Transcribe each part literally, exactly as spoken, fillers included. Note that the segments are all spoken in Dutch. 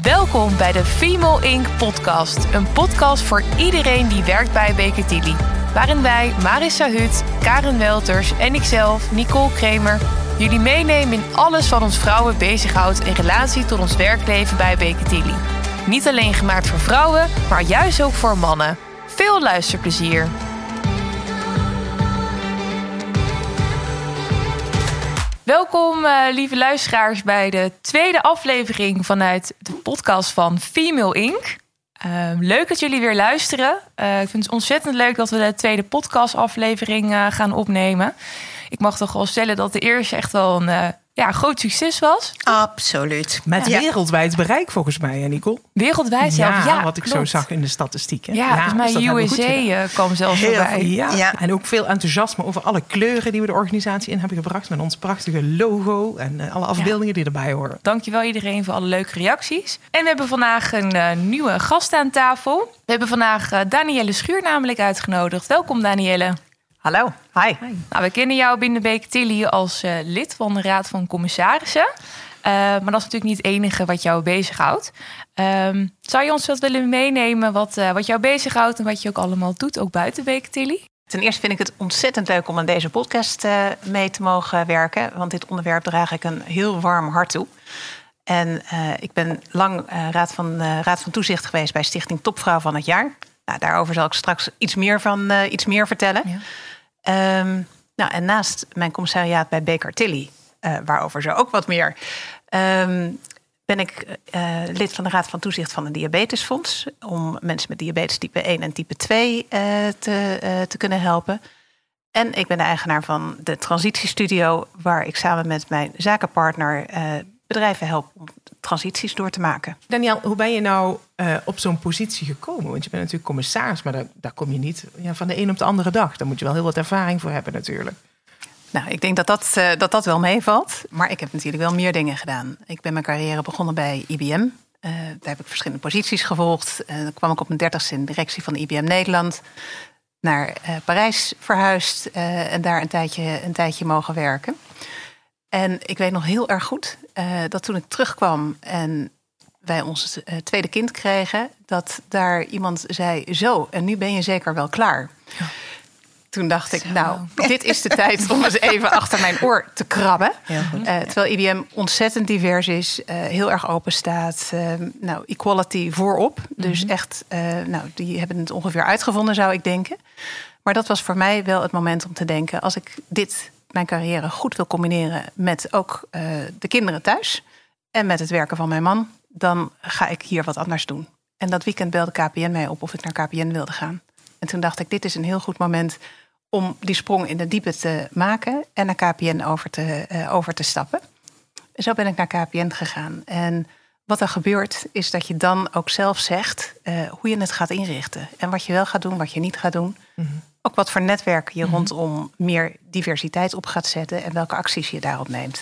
Welkom bij de Female Incorporated podcast. Een podcast voor iedereen die werkt bij Baker Tilly. Waarin wij, Marissa Hut, Karen Welters en ikzelf, Nicole Kremer, jullie meenemen in alles wat ons vrouwen bezighoudt in relatie tot ons werkleven bij Baker Tilly. Niet alleen gemaakt voor vrouwen, maar juist ook voor mannen. Veel luisterplezier. Welkom, uh, lieve luisteraars, bij de tweede aflevering vanuit de podcast van Female Incorporated. Uh, leuk dat jullie weer luisteren. Uh, ik vind het ontzettend leuk dat we de tweede podcastaflevering uh, gaan opnemen. Ik mag toch wel stellen dat de eerste echt wel een uh, ja, groot succes was. Absoluut. Met ja. wereldwijd bereik volgens mij, hè, Nicole? Wereldwijd zelf, ja, ja wat ik klopt. zo zag in de statistieken. Ja, ja, volgens mij U S A kwam zelfs Heel voorbij. Ja. Ja. En ook veel enthousiasme over alle kleuren die we de organisatie in hebben gebracht. Met ons prachtige logo en uh, alle afbeeldingen ja. die erbij horen. Dankjewel iedereen voor alle leuke reacties. En we hebben vandaag een uh, nieuwe gast aan tafel. We hebben vandaag uh, Danielle Schuur namelijk uitgenodigd. Welkom, Danielle. Hallo, hi. Hi. Nou, we kennen jou binnen Baker Tilly als uh, lid van de Raad van Commissarissen. Uh, maar dat is natuurlijk niet het enige wat jou bezighoudt. Um, zou je ons wat willen meenemen wat, uh, wat jou bezighoudt en wat je ook allemaal doet, ook buiten Baker Tilly? Ten eerste vind ik het ontzettend leuk om aan deze podcast uh, mee te mogen werken. Want dit onderwerp draag ik een heel warm hart toe. En uh, ik ben lang uh, raad, van, uh, raad van Toezicht geweest bij Stichting Topvrouw van het Jaar. Nou, daarover zal ik straks iets meer, van, uh, iets meer vertellen. Ja. Um, nou, en naast mijn commissariaat bij Baker Tilly, uh, waarover zo ook wat meer, um, ben ik uh, lid van de Raad van Toezicht van het Diabetesfonds. Om mensen met diabetes type één en type twee uh, te, uh, te kunnen helpen. En ik ben de eigenaar van de Transitiestudio, waar ik samen met mijn zakenpartner uh, bedrijven help om transities door te maken. Danielle, hoe ben je nou uh, op zo'n positie gekomen? Want je bent natuurlijk commissaris, maar daar, daar kom je niet ja, van de een op de andere dag. Daar moet je wel heel wat ervaring voor hebben natuurlijk. Nou, ik denk dat dat, uh, dat dat wel meevalt. Maar ik heb natuurlijk wel meer dingen gedaan. Ik ben mijn carrière begonnen bij I B M. Uh, daar heb ik verschillende posities gevolgd. Uh, dan kwam ik op mijn dertigste in de directie van I B M Nederland. Naar uh, Parijs verhuisd uh, en daar een tijdje, een tijdje mogen werken. En ik weet nog heel erg goed uh, dat toen ik terugkwam en wij ons uh, tweede kind kregen, dat daar iemand zei, zo, en nu ben je zeker wel klaar. Ja. Toen dacht ik, zo. nou, dit is de tijd om eens even achter mijn oor te krabben. Uh, terwijl I B M ontzettend divers is, uh, heel erg open staat. Uh, nou, equality voorop. Mm-hmm. Dus echt, uh, nou, die hebben het ongeveer uitgevonden, zou ik denken. Maar dat was voor mij wel het moment om te denken, als ik dit, mijn carrière goed wil combineren met ook uh, de kinderen thuis en met het werken van mijn man, dan ga ik hier wat anders doen. En dat weekend belde K P N mij op of ik naar K P N wilde gaan. En toen dacht ik, dit is een heel goed moment om die sprong in de diepe te maken en naar K P N over te, uh, over te stappen. En zo ben ik naar K P N gegaan. En wat er gebeurt, is dat je dan ook zelf zegt uh, hoe je het gaat inrichten. En wat je wel gaat doen, wat je niet gaat doen. Mm-hmm. Ook wat voor netwerk je mm-hmm. rondom meer diversiteit op gaat zetten en welke acties je daarop neemt.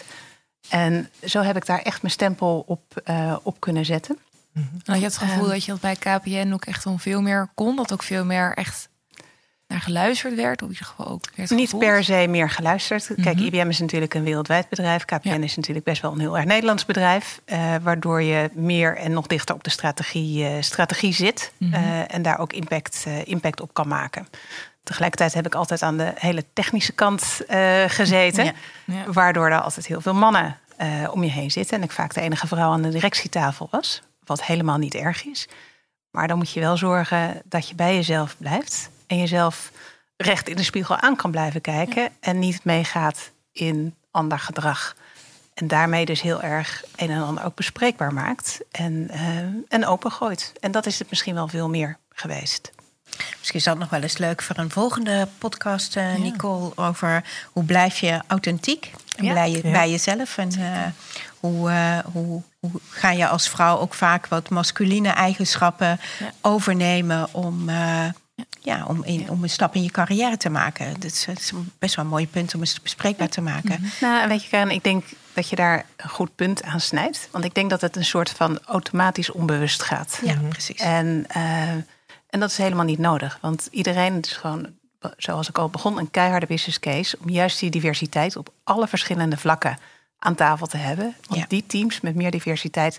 En zo heb ik daar echt mijn stempel op, uh, op kunnen zetten. Mm-hmm. Nou, je hebt het gevoel um, dat je dat bij K P N ook echt om veel meer kon, dat ook veel meer echt naar geluisterd werd? Of in ieder geval ook werd niet gevoeld? Per se meer geluisterd. Mm-hmm. Kijk, I B M is natuurlijk een wereldwijd bedrijf. K P N ja. is natuurlijk best wel een heel erg Nederlands bedrijf. Uh, waardoor je meer en nog dichter op de strategie, uh, strategie zit. Mm-hmm. Uh, en daar ook impact, uh, impact op kan maken. Tegelijkertijd heb ik altijd aan de hele technische kant uh, gezeten. Ja. Ja. Waardoor er altijd heel veel mannen uh, om je heen zitten. En ik vaak de enige vrouw aan de directietafel was. Wat helemaal niet erg is. Maar dan moet je wel zorgen dat je bij jezelf blijft. En jezelf recht in de spiegel aan kan blijven kijken. Ja. En niet meegaat in ander gedrag. En daarmee dus heel erg een en ander ook bespreekbaar maakt. En, uh, en opengooit. En dat is het misschien wel veel meer geweest. Misschien is dat nog wel eens leuk voor een volgende podcast, uh, Nicole. Ja. Over hoe blijf je authentiek en ja. bij, je, ja. bij jezelf. En uh, hoe, uh, hoe, hoe ga je als vrouw ook vaak wat masculine eigenschappen ja. overnemen om... Uh, Ja, om, in, om een stap in je carrière te maken. Dat is, dat is best wel een mooi punt om eens bespreekbaar te maken. Mm-hmm. Nou, weet je, Karen, ik denk dat je daar een goed punt aan snijdt. Want ik denk dat het een soort van automatisch onbewust gaat. Ja, mm-hmm. precies. En, uh, en dat is helemaal niet nodig. Want iedereen is gewoon, zoals ik al begon, een keiharde business case om juist die diversiteit op alle verschillende vlakken aan tafel te hebben. Want ja. die teams met meer diversiteit,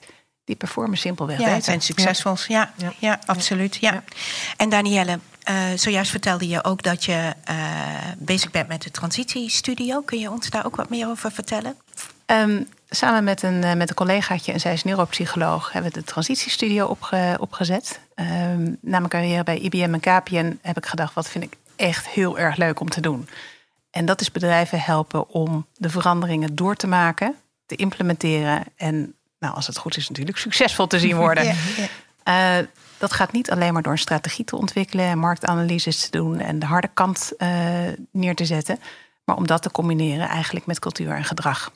die performen simpelweg ja, beter. zijn succesvol. Ja, ja. ja, ja absoluut. Ja. Ja. En Danielle, uh, zojuist vertelde je ook dat je uh, bezig bent met de transitiestudio. Kun je ons daar ook wat meer over vertellen? Um, samen met een, uh, met een collegaatje, en zij is neuropsycholoog, hebben we de transitiestudio opge, opgezet. Um, na mijn carrière bij I B M en K P N heb ik gedacht, wat vind ik echt heel erg leuk om te doen. En dat is bedrijven helpen om de veranderingen door te maken, te implementeren en, nou, als het goed is natuurlijk, succesvol te zien worden. Ja, ja. Uh, dat gaat niet alleen maar door een strategie te ontwikkelen en marktanalyses te doen en de harde kant uh, neer te zetten, maar om dat te combineren eigenlijk met cultuur en gedrag.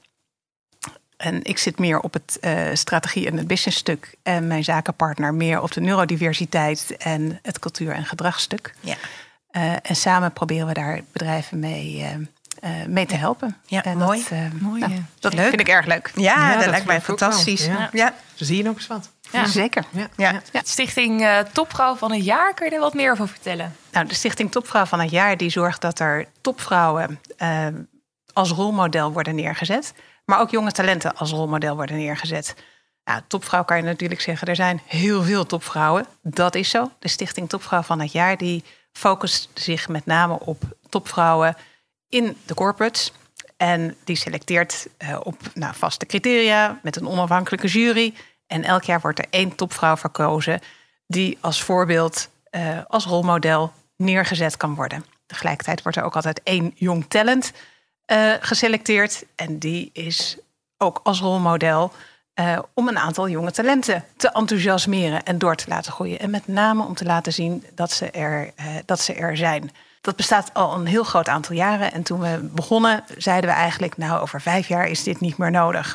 En ik zit meer op het uh, strategie- en het businessstuk. En mijn zakenpartner meer op de neurodiversiteit en het cultuur- en gedragsstuk. Ja. Uh, en samen proberen we daar bedrijven mee, uh, uh, mee te helpen. Ja, en mooi. Dat, uh, mooi nou, ja. dat leuk. vind ik erg leuk. Ja, ja dat, dat lijkt mij fantastisch. Ja. Ja. Zo zie je nog eens wat. Ja. Zeker. Ja. Ja. Ja. Stichting uh, Topvrouw van het Jaar, kun je daar wat meer over vertellen? Nou, de Stichting Topvrouw van het Jaar die zorgt dat er topvrouwen uh, als rolmodel worden neergezet. Maar ook jonge talenten als rolmodel worden neergezet. Nou, topvrouw kan je natuurlijk zeggen, er zijn heel veel topvrouwen. Dat is zo. De Stichting Topvrouw van het Jaar die focust zich met name op topvrouwen in de corporates. En die selecteert uh, op nou, vaste criteria met een onafhankelijke jury. En elk jaar wordt er één topvrouw verkozen die als voorbeeld, uh, als rolmodel neergezet kan worden. Tegelijkertijd wordt er ook altijd één jong talent uh, geselecteerd. En die is ook als rolmodel uh, om een aantal jonge talenten te enthousiasmeren en door te laten groeien. En met name om te laten zien dat ze er, uh, dat ze er zijn. Dat bestaat al een heel groot aantal jaren. En toen we begonnen, zeiden we eigenlijk, nou, over vijf jaar is dit niet meer nodig.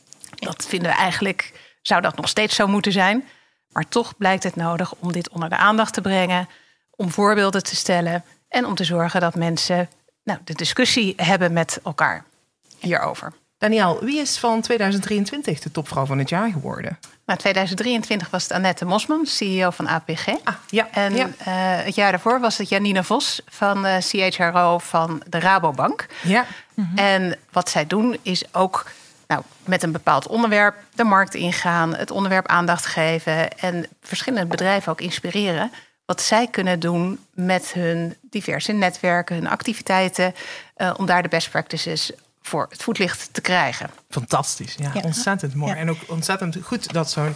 Dat vinden we eigenlijk, zou dat nog steeds zo moeten zijn. Maar toch blijkt het nodig om dit onder de aandacht te brengen, om voorbeelden te stellen en om te zorgen dat mensen nou, de discussie hebben met elkaar hierover. Danielle, wie is van tweeduizend drieëntwintig de topvrouw van het jaar geworden? Nou, tweeduizend drieëntwintig was het Annette Mosman, C E O van A P G. Ah, ja, en ja. Uh, het jaar daarvoor was het Janine Vos van uh, C H R O van de Rabobank. Ja. Mm-hmm. En wat zij doen is ook nou, met een bepaald onderwerp de markt ingaan, het onderwerp aandacht geven en verschillende bedrijven ook inspireren wat zij kunnen doen met hun diverse netwerken, hun activiteiten, uh, om daar de best practices voor het voetlicht te krijgen. Fantastisch, ja, ja. ontzettend mooi. Ja. En ook ontzettend goed dat, zo'n,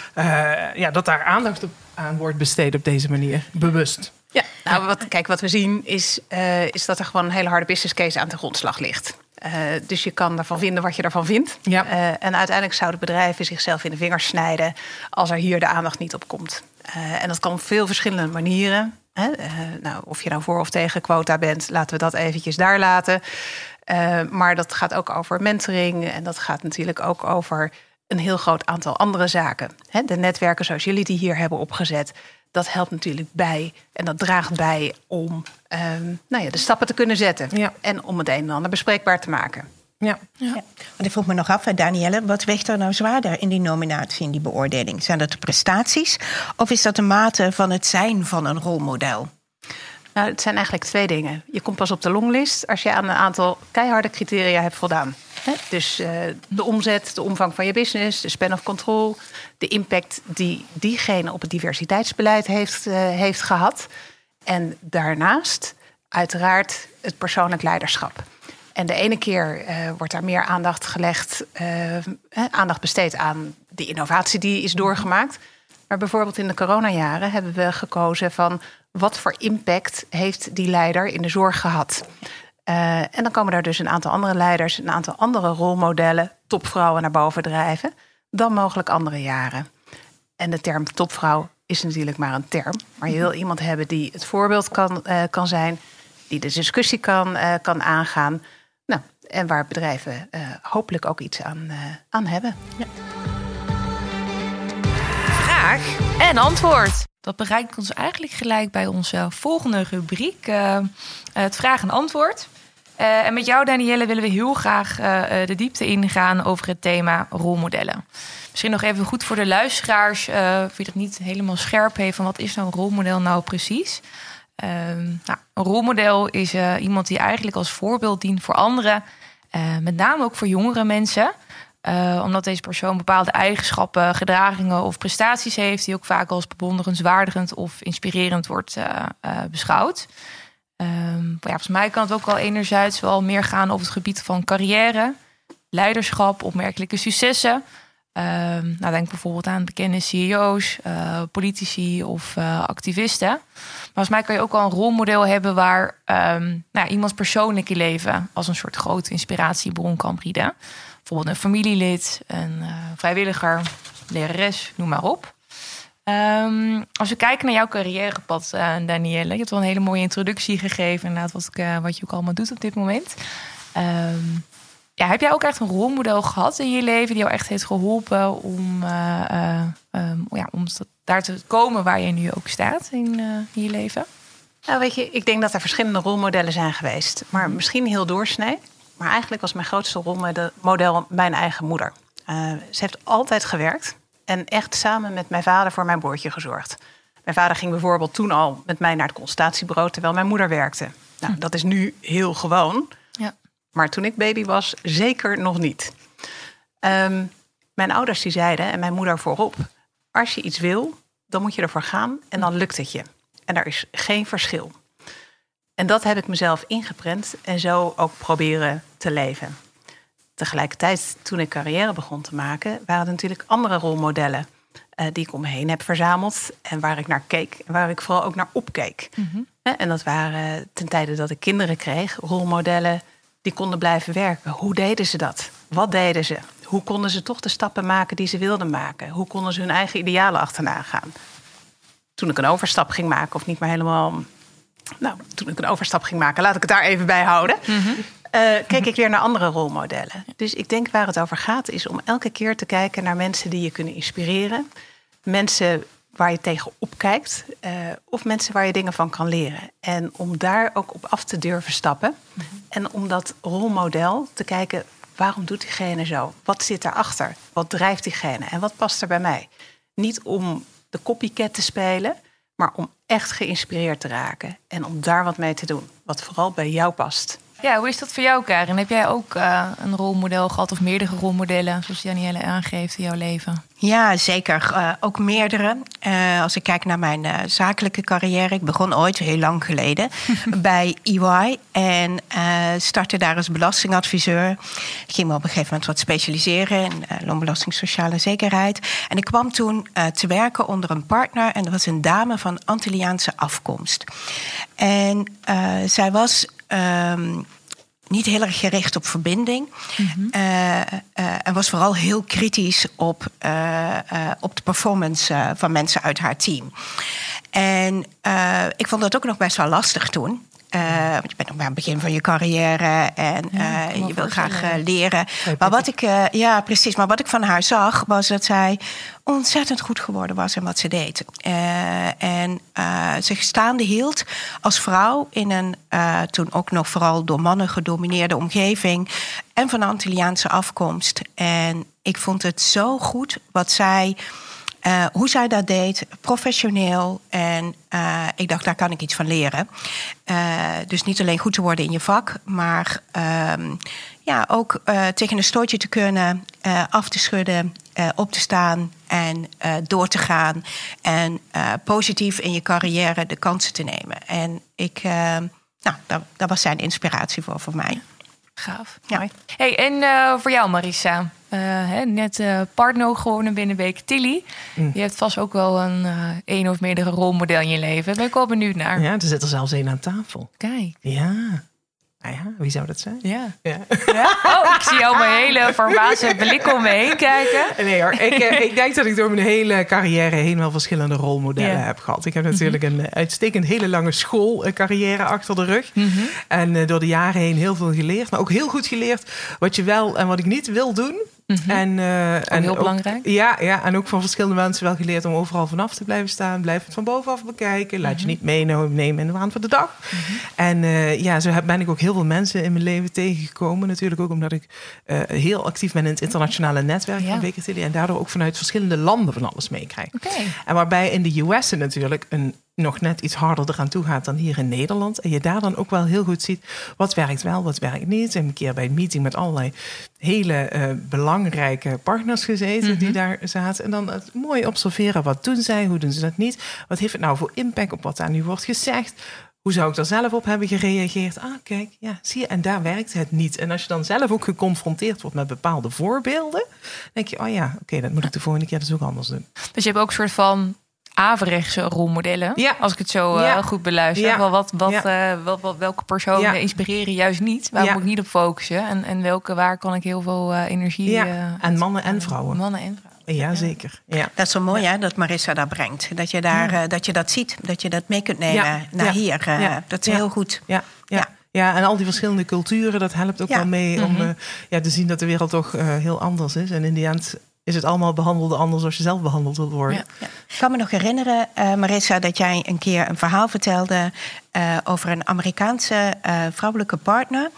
uh, ja, dat daar aandacht op, aan wordt besteed op deze manier, bewust. Ja, nou, wat, kijk, wat we zien is, uh, is dat er gewoon een hele harde business case aan de grondslag ligt. Uh, dus je kan ervan vinden wat je ervan vindt. Ja. Uh, en uiteindelijk zouden bedrijven zichzelf in de vingers snijden als er hier de aandacht niet op komt. Uh, en dat kan op veel verschillende manieren. Hè? Uh, nou, of je nou voor of tegen quota bent, laten we dat eventjes daar laten. Uh, maar dat gaat ook over mentoring en dat gaat natuurlijk ook over een heel groot aantal andere zaken. Hè? De netwerken zoals jullie die hier hebben opgezet, dat helpt natuurlijk bij en dat draagt bij om um, nou ja, de stappen te kunnen zetten. Ja. En om het een en ander bespreekbaar te maken. Ja. Ja. Want ik vroeg me nog af, Danielle, wat weegt er nou zwaarder in die nominatie, in die beoordeling? Zijn dat de prestaties of is dat de mate van het zijn van een rolmodel? Nou, het zijn eigenlijk twee dingen. Je komt pas op de longlist als je aan een aantal keiharde criteria hebt voldaan. He? Dus uh, de omzet, de omvang van je business, de span of control, de impact die diegene op het diversiteitsbeleid heeft, uh, heeft gehad. En daarnaast uiteraard het persoonlijk leiderschap. En de ene keer uh, wordt daar meer aandacht gelegd, uh, eh, aandacht besteed aan de innovatie die is doorgemaakt. Maar bijvoorbeeld in de coronajaren hebben we gekozen van wat voor impact heeft die leider in de zorg gehad. Uh, en dan komen daar dus een aantal andere leiders, een aantal andere rolmodellen, topvrouwen naar boven drijven dan mogelijk andere jaren. En de term topvrouw is natuurlijk maar een term. Maar je wil iemand hebben die het voorbeeld kan, uh, kan zijn, die de discussie kan, uh, kan aangaan. Nou, en waar bedrijven uh, hopelijk ook iets aan, uh, aan hebben. Ja. Vraag en antwoord. Dat bereikt ons eigenlijk gelijk bij onze volgende rubriek. Uh, het vraag en antwoord. Uh, en met jou, Danielle, willen we heel graag uh, de diepte ingaan over het thema rolmodellen. Misschien nog even goed voor de luisteraars, uh, wie dat niet helemaal scherp heeft, van wat is nou een rolmodel nou precies? Uh, nou, een rolmodel is uh, iemand die eigenlijk als voorbeeld dient voor anderen. Uh, met name ook voor jongere mensen. Uh, omdat deze persoon bepaalde eigenschappen, gedragingen of prestaties heeft die ook vaak als bewonderenswaardigend of inspirerend wordt uh, uh, beschouwd. Um, ja, volgens mij kan het ook wel enerzijds wel meer gaan over het gebied van carrière, leiderschap, opmerkelijke successen. Um, nou, denk bijvoorbeeld aan bekende C E O's, uh, politici of uh, activisten. Maar volgens mij kan je ook wel een rolmodel hebben waar um, nou, iemands persoonlijke leven als een soort grote inspiratiebron kan bieden. Bijvoorbeeld een familielid, een uh, vrijwilliger, lerares, noem maar op. Um, als we kijken naar jouw carrièrepad, uh, Danielle. Je hebt wel een hele mooie introductie gegeven. Inderdaad, wat, uh, wat je ook allemaal doet op dit moment. Um, ja, heb jij ook echt een rolmodel gehad in je leven die jou echt heeft geholpen om, uh, uh, um, ja, om daar te komen waar je nu ook staat in, uh, in je leven? Nou, weet je, ik denk dat er verschillende rolmodellen zijn geweest. Maar misschien heel doorsnee. Maar eigenlijk was mijn grootste rolmodel mijn eigen moeder. Uh, ze heeft altijd gewerkt. En echt samen met mijn vader voor mijn broertje gezorgd. Mijn vader ging bijvoorbeeld toen al met mij naar het consultatiebureau terwijl mijn moeder werkte. Nou, hm. dat is nu heel gewoon. Ja. Maar toen ik baby was, zeker nog niet. Um, mijn ouders die zeiden, en mijn moeder voorop, als je iets wil, dan moet je ervoor gaan en dan lukt het je. En daar is geen verschil. En dat heb ik mezelf ingeprent en zo ook proberen te leven. Tegelijkertijd, toen ik carrière begon te maken, waren er natuurlijk andere rolmodellen uh, die ik om me heen heb verzameld en waar ik naar keek en waar ik vooral ook naar opkeek. Mm-hmm. En dat waren ten tijde dat ik kinderen kreeg, rolmodellen die konden blijven werken. Hoe deden ze dat? Wat deden ze? Hoe konden ze toch de stappen maken die ze wilden maken? Hoe konden ze hun eigen idealen achterna gaan? Toen ik een overstap ging maken, of niet maar helemaal... Nou, toen ik een overstap ging maken, laat ik het daar even bij houden. Mm-hmm. Uh, keek ik weer naar andere rolmodellen. Dus ik denk waar het over gaat is om elke keer te kijken naar mensen die je kunnen inspireren. Mensen waar je tegen opkijkt. Uh, of mensen waar je dingen van kan leren. En om daar ook op af te durven stappen. Mm-hmm. En om dat rolmodel te kijken, waarom doet diegene zo? Wat zit daarachter? Wat drijft diegene? En wat past er bij mij? Niet om de copycat te spelen, maar om echt geïnspireerd te raken. En om daar wat mee te doen. Wat vooral bij jou past. Ja, hoe is dat voor jou, Karin? Heb jij ook uh, een rolmodel gehad of meerdere rolmodellen, zoals Danielle aangeeft, in jouw leven? Ja, zeker. Uh, ook meerdere. Uh, als ik kijk naar mijn uh, zakelijke carrière. Ik begon ooit, heel lang geleden, bij E Y. En uh, startte daar als belastingadviseur. Ik ging me op een gegeven moment wat specialiseren in uh, loonbelasting, sociale zekerheid. En ik kwam toen uh, te werken onder een partner. En dat was een dame van Antilliaanse afkomst. En uh, zij was... Um, niet heel erg gericht op verbinding. Mm-hmm. Uh, uh, en was vooral heel kritisch op, uh, uh, op de performance uh, van mensen uit haar team. En uh, ik vond dat ook nog best wel lastig toen. Uh, want je bent nog bij het begin van je carrière en uh, ja, je wil graag uh, leren. Maar wat ik, uh, ja, precies. Maar wat ik van haar zag, was dat zij ontzettend goed geworden was in wat ze deed. Uh, en uh, zich staande hield als vrouw in een uh, toen ook nog vooral door mannen gedomineerde omgeving en van Antilliaanse afkomst. En ik vond het zo goed wat zij... Uh, hoe zij dat deed, professioneel. En uh, ik dacht, daar kan ik iets van leren. Uh, dus niet alleen goed te worden in je vak, maar uh, ja, ook uh, tegen een stootje te kunnen, uh, af te schudden, uh, op te staan en uh, door te gaan. En uh, positief in je carrière de kansen te nemen. En ik, uh, nou, daar, daar was zij een inspiratie voor voor mij. Gaaf. Ja. Mooi. Hey, en uh, voor jou, Marissa. Uh, hè, net uh, partner gewonnen binnen Beketili. Mm. Je hebt vast ook wel een uh, één of meerdere rolmodel in je leven. Daar ben ik wel benieuwd naar. Ja, er zit er zelfs één aan tafel. Kijk. Ja. Nou ja, wie zou dat zijn? Ja. ja. ja? Oh, ik zie jou mijn hele verbaasde blik om me heen kijken. Nee hoor, ik, ik denk dat ik door mijn hele carrière heen wel verschillende rolmodellen ja. heb gehad. Ik heb natuurlijk mm-hmm. een uitstekend hele lange schoolcarrière achter de rug. Mm-hmm. En uh, door de jaren heen heel veel geleerd. Maar ook heel goed geleerd wat je wel en wat ik niet wil doen. Mm-hmm. En, uh, en heel ook, belangrijk. Ja, ja, en ook van verschillende mensen wel geleerd om overal vanaf te blijven staan. Blijf het van bovenaf bekijken. Laat mm-hmm. je niet meenemen in de waan van de dag. Mm-hmm. En uh, ja, zo ben ik ook heel veel mensen in mijn leven tegengekomen. Natuurlijk ook omdat ik uh, heel actief ben in het internationale netwerk ja. van Beketili. En daardoor ook vanuit verschillende landen van alles meekrijg. Okay. En waarbij in de U S natuurlijk een nog net iets harder eraan toe gaat dan hier in Nederland. En je daar dan ook wel heel goed ziet wat werkt wel, wat werkt niet. En een keer bij een meeting met allerlei hele uh, belangrijke partners gezeten mm-hmm. die daar zaten. En dan het mooi observeren, wat doen zij, hoe doen ze dat niet? Wat heeft het nou voor impact op wat daar nu wordt gezegd? Hoe zou ik daar zelf op hebben gereageerd? Ah, kijk, ja, zie je, en daar werkt het niet. En als je dan zelf ook geconfronteerd wordt met bepaalde voorbeelden, denk je, oh ja, oké, okay, dat moet ik de volgende keer dus ook anders doen. Dus je hebt ook een soort van averechtse rolmodellen, ja. als ik het zo ja. uh, goed beluister. Ja. Wel, wat, wat, ja. uh, wel, wat, welke personen ja. inspireren juist niet? Waar ja. moet ik niet op focussen? En, en welke, waar kan ik heel veel uh, energie... Ja. Uh, en mannen en vrouwen. Mannen en vrouwen. Ja, zeker. Ja. Dat is zo mooi, hè, dat Marissa dat brengt. Dat je, daar, ja. uh, dat je dat ziet, dat je dat mee kunt nemen ja. naar ja. hier. Uh, ja. Dat is ja. heel goed. Ja. Ja. Ja. Ja, en al die verschillende culturen, dat helpt ook ja. wel mee om mm-hmm. uh, ja, te zien dat de wereld toch uh, heel anders is. En in die end is het allemaal behandeld anders als je zelf behandeld wilt worden. Ja. Ja. Ik kan me nog herinneren, uh, Marissa, dat jij een keer een verhaal vertelde uh, over een Amerikaanse uh, vrouwelijke partner.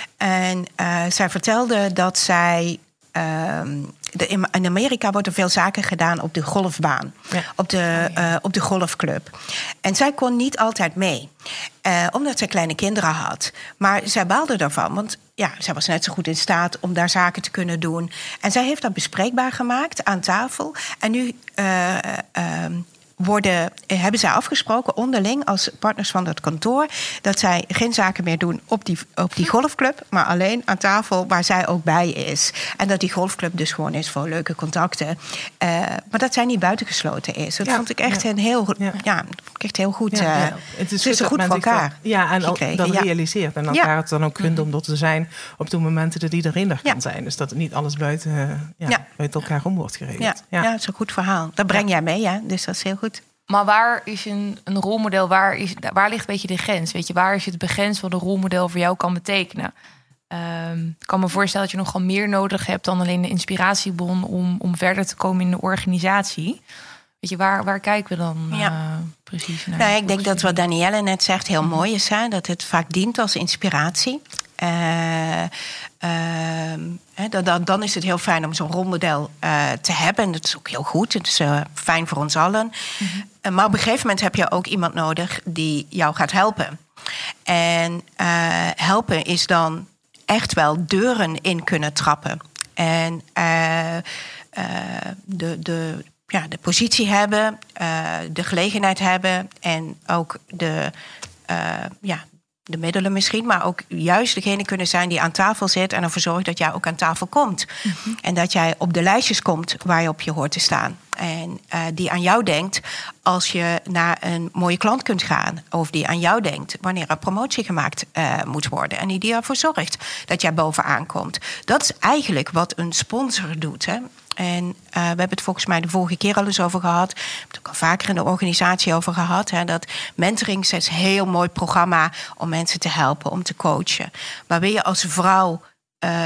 En uh, zij vertelde dat zij... Uh, de, in Amerika wordt er veel zaken gedaan op de golfbaan, ja. op, de, oh, ja. uh, op de golfclub. En zij kon niet altijd mee, uh, omdat zij kleine kinderen had. Maar zij baalde daarvan, want ja, zij was net zo goed in staat om daar zaken te kunnen doen. En zij heeft dat bespreekbaar gemaakt aan tafel. En nu... Uh, uh, Worden, hebben zij afgesproken onderling als partners van dat kantoor... dat zij geen zaken meer doen op die, op die golfclub... maar alleen aan tafel waar zij ook bij is. En dat die golfclub dus gewoon is voor leuke contacten. Uh, maar dat zij niet buitengesloten is. Dat ja, vond ik echt, ja. een heel, ja. Ja, echt heel goed. Ja, ja. Uh, het is goed, goed voor elkaar. Dat, ja, en gekregen, dat realiseert. En elkaar ja. het dan ook gunt om er te zijn... op de momenten dat iedereen er kan ja. zijn. Dus dat het niet alles buiten, uh, ja, ja. buiten elkaar om wordt geregeld. Ja, ja. ja, dat is een goed verhaal. Dat breng ja. jij mee, hè? Dus dat is heel goed. Maar waar is een, een rolmodel, waar, is, waar ligt een beetje de grens? Weet je, waar is het begrens wat een rolmodel voor jou kan betekenen? Um, ik kan me voorstellen dat je nogal meer nodig hebt dan alleen de inspiratiebron om, om verder te komen in de organisatie. Weet je, waar, waar kijken we dan ja. uh, precies naar? Nou, ik denk dat wat Danielle net zegt heel mm-hmm. mooi is, hè, dat het vaak dient als inspiratie. Uh, uh, dan, dan is het heel fijn om zo'n rolmodel uh, te hebben. En dat is ook heel goed. Het is uh, fijn voor ons allen. Mm-hmm. Uh, maar op een gegeven moment heb je ook iemand nodig die jou gaat helpen. En uh, helpen is dan echt wel deuren in kunnen trappen. En uh, uh, de, de, ja, de positie hebben, uh, de gelegenheid hebben en ook de... Uh, ja, de middelen misschien, maar ook juist degene kunnen zijn die aan tafel zit en ervoor zorgt dat jij ook aan tafel komt. Mm-hmm. En dat jij op de lijstjes komt waar je op je hoort te staan. En uh, die aan jou denkt als je naar een mooie klant kunt gaan. Of die aan jou denkt wanneer er promotie gemaakt uh, moet worden. En die ervoor zorgt dat jij bovenaan komt. Dat is eigenlijk wat een sponsor doet, hè. En uh, we hebben het volgens mij de vorige keer al eens over gehad. We hebben het ook al vaker in de organisatie over gehad. Hè, dat mentoring is een heel mooi programma om mensen te helpen, om te coachen. Maar wil je als vrouw uh, uh,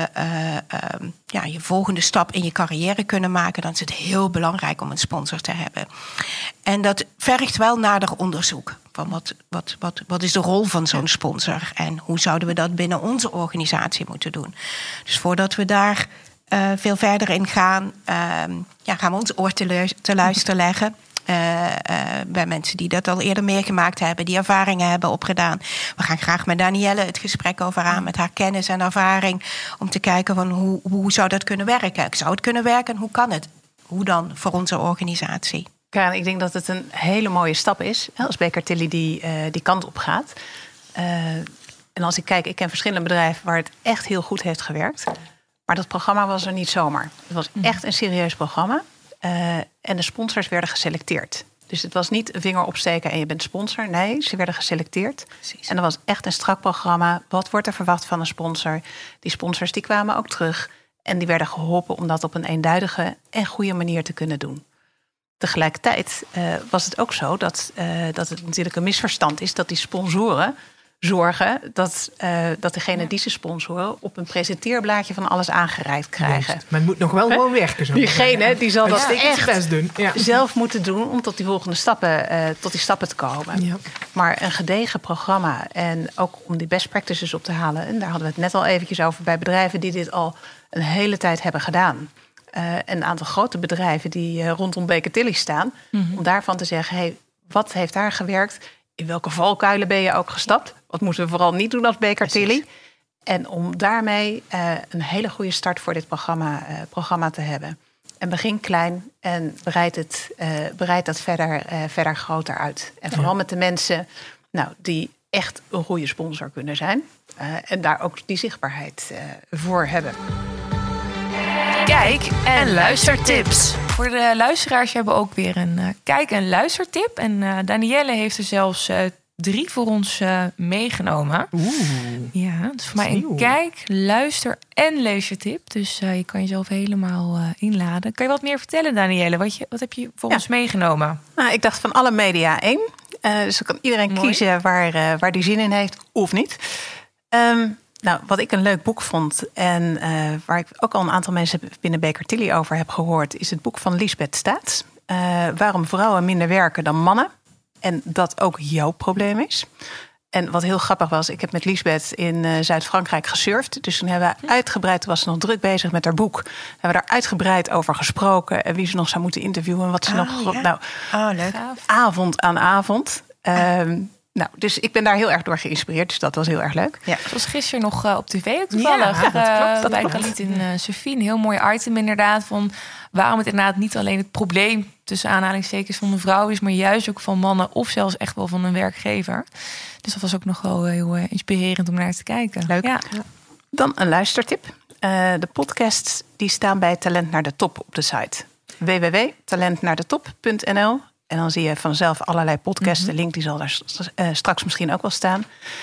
uh, ja, je volgende stap in je carrière kunnen maken, dan is het heel belangrijk om een sponsor te hebben. En dat vergt wel nader onderzoek. Van wat, wat, wat, wat is de rol van zo'n sponsor? En hoe zouden we dat binnen onze organisatie moeten doen? Dus voordat we daar Uh, veel verder in gaan, uh, ja, gaan we ons oor te, lu- te luisteren leggen. Uh, uh, bij mensen die dat al eerder meegemaakt hebben, die ervaringen hebben opgedaan. We gaan graag met Danielle het gesprek over aan, met haar kennis en ervaring, om te kijken van hoe, hoe zou dat kunnen werken? Zou het kunnen werken en hoe kan het? Hoe dan voor onze organisatie? Karen, ik denk dat het een hele mooie stap is als Baker Tilly die, uh, die kant op gaat. Uh, en als ik kijk, ik ken verschillende bedrijven waar het echt heel goed heeft gewerkt. Maar dat programma was er niet zomaar. Het was echt een serieus programma. Uh, en de sponsors werden geselecteerd. Dus het was niet een vinger opsteken en je bent sponsor. Nee, ze werden geselecteerd. Precies. En dat was echt een strak programma. Wat wordt er verwacht van een sponsor? Die sponsors die kwamen ook terug. En die werden geholpen om dat op een eenduidige en goede manier te kunnen doen. Tegelijkertijd uh, was het ook zo dat, uh, dat het natuurlijk een misverstand is dat die sponsoren zorgen dat, uh, dat degene die ze sponsoren op een presenteerblaadje van alles aangereikt krijgen. Juist, maar het moet nog wel gewoon werken. Zo Diegene die zal dat echt best doen. Ja. zelf moeten doen om tot die volgende stappen, uh, tot die stappen te komen. Ja. Maar een gedegen programma en ook om die best practices op te halen. En daar hadden we het net al eventjes over bij bedrijven die dit al een hele tijd hebben gedaan. Uh, een aantal grote bedrijven die uh, rondom Baker Tilly staan. Mm-hmm. Om daarvan te zeggen, hey, wat heeft daar gewerkt? In welke valkuilen ben je ook gestapt? Wat moeten we vooral niet doen als Baker Tilly? En om daarmee uh, een hele goede start voor dit programma, uh, programma te hebben. En begin klein en breid, het, uh, breid dat verder, uh, verder groter uit. En vooral ja. met de mensen nou, die echt een goede sponsor kunnen zijn. Uh, en daar ook die zichtbaarheid uh, voor hebben. Kijk- en luistertips. Voor de luisteraars hebben we ook weer een uh, kijk- en luistertip. En uh, Danielle heeft er zelfs uh, drie voor ons uh, meegenomen. Oeh. Ja, dus voor mij een kijk-, luister- en leestertip. Dus uh, je kan jezelf helemaal uh, inladen. Kan je wat meer vertellen, Danielle? Wat, je, wat heb je voor ja. ons meegenomen? Nou, ik dacht van alle media één. Uh, dus dan kan iedereen Mooi. kiezen waar, uh, waar die zin in heeft of niet. Um, Nou, wat ik een leuk boek vond en uh, waar ik ook al een aantal mensen binnen Baker Tilly over heb gehoord, is het boek van Liesbeth Staats. Uh, waarom vrouwen minder werken dan mannen en dat ook jouw probleem is. En wat heel grappig was, ik heb met Liesbeth in uh, Zuid-Frankrijk gesurfd. Dus toen hebben we uitgebreid, toen was ze nog druk bezig met haar boek. Hebben we daar uitgebreid over gesproken en wie ze nog zou moeten interviewen en wat ze oh, nog. Ja. Nou, oh, leuk. avond aan avond. Um, Nou, dus ik ben daar heel erg door geïnspireerd. Dus dat was heel erg leuk. Ja. Het was gisteren nog uh, op tv ook toevallig. Ja, dat klopt. Dat bij klopt. Khalid in uh, Sofie. Een heel mooi item inderdaad. Van waarom het inderdaad niet alleen het probleem tussen aanhalingstekens van de vrouw is, maar juist ook van mannen of zelfs echt wel van een werkgever. Dus dat was ook nog wel heel uh, inspirerend om naar te kijken. Leuk. Ja. Dan een luistertip. Uh, de podcasts die staan bij Talent naar de Top op de site. w w w punt talent naar de top punt n l. En dan zie je vanzelf allerlei podcasts. Mm-hmm. De link die zal daar uh, straks misschien ook wel staan.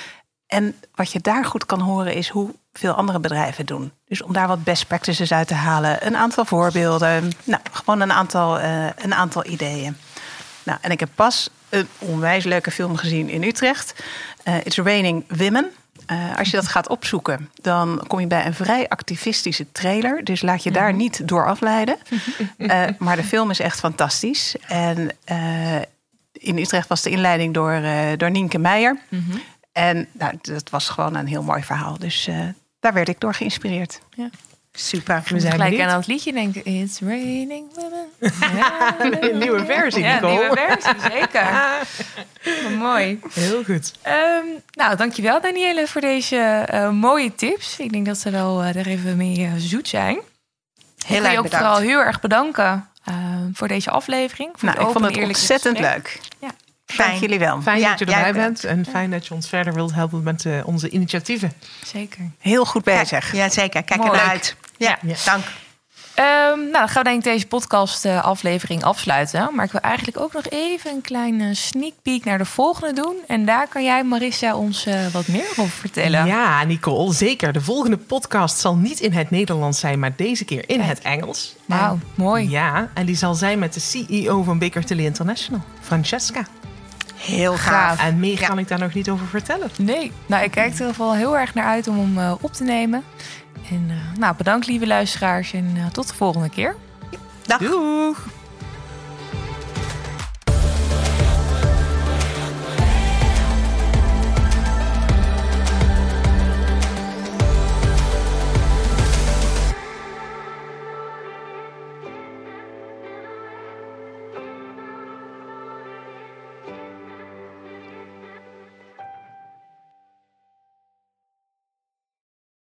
En wat je daar goed kan horen is hoe veel andere bedrijven doen. Dus om daar wat best practices uit te halen. Een aantal voorbeelden. Nou, gewoon een aantal, uh, een aantal ideeën. Nou, en ik heb pas een onwijs leuke film gezien in Utrecht. Uh, It's Raining Women. Uh, als je dat gaat opzoeken, dan kom je bij een vrij activistische trailer. Dus laat je daar mm-hmm. niet door afleiden. Uh, maar de film is echt fantastisch. En uh, in Utrecht was de inleiding door, uh, door Nienke Meijer. Mm-hmm. En nou, dat was gewoon een heel mooi verhaal. Dus uh, daar werd ik door geïnspireerd. Ja. Super. We zijn gelijk aan het liedje denken. It's raining women. Ja, een nieuwe versie, ja, Nicole. Ja, een nieuwe versie, zeker. Oh, mooi. Heel goed. Um, nou, dankjewel Danielle voor deze uh, mooie tips. Ik denk dat ze wel uh, er even mee uh, zoet zijn. Heel ik wil je ook bedankt. Vooral heel erg bedanken uh, voor deze aflevering. Voor nou, ik vond het ontzettend gesprek. leuk. Ja. Fijn. Dank jullie wel. Fijn ja, dat je erbij bent. En fijn dat je ons verder wilt helpen met uh, onze initiatieven. Zeker. Heel goed bezig. Ja, zeker. Kijk Mooi. ernaar uit. Ja, ja. Dank. Um, nou, dan gaan we denk ik deze podcast uh, aflevering afsluiten. Maar ik wil eigenlijk ook nog even een kleine sneak peek naar de volgende doen. En daar kan jij, Marissa, ons uh, wat meer over vertellen. Ja, Nicole, zeker. De volgende podcast zal niet in het Nederlands zijn, maar deze keer in Kijk. het Engels. Wauw, mooi. Ja, en die zal zijn met de C E O van Baker Tilly International, Francesca. Heel gaaf. En meer ja. kan ik daar nog niet over vertellen. Nee, nou, ik kijk er in ieder geval heel erg naar uit om hem uh, op te nemen. En uh, nou, bedankt lieve luisteraars en uh, tot de volgende keer. Dag. Doeg.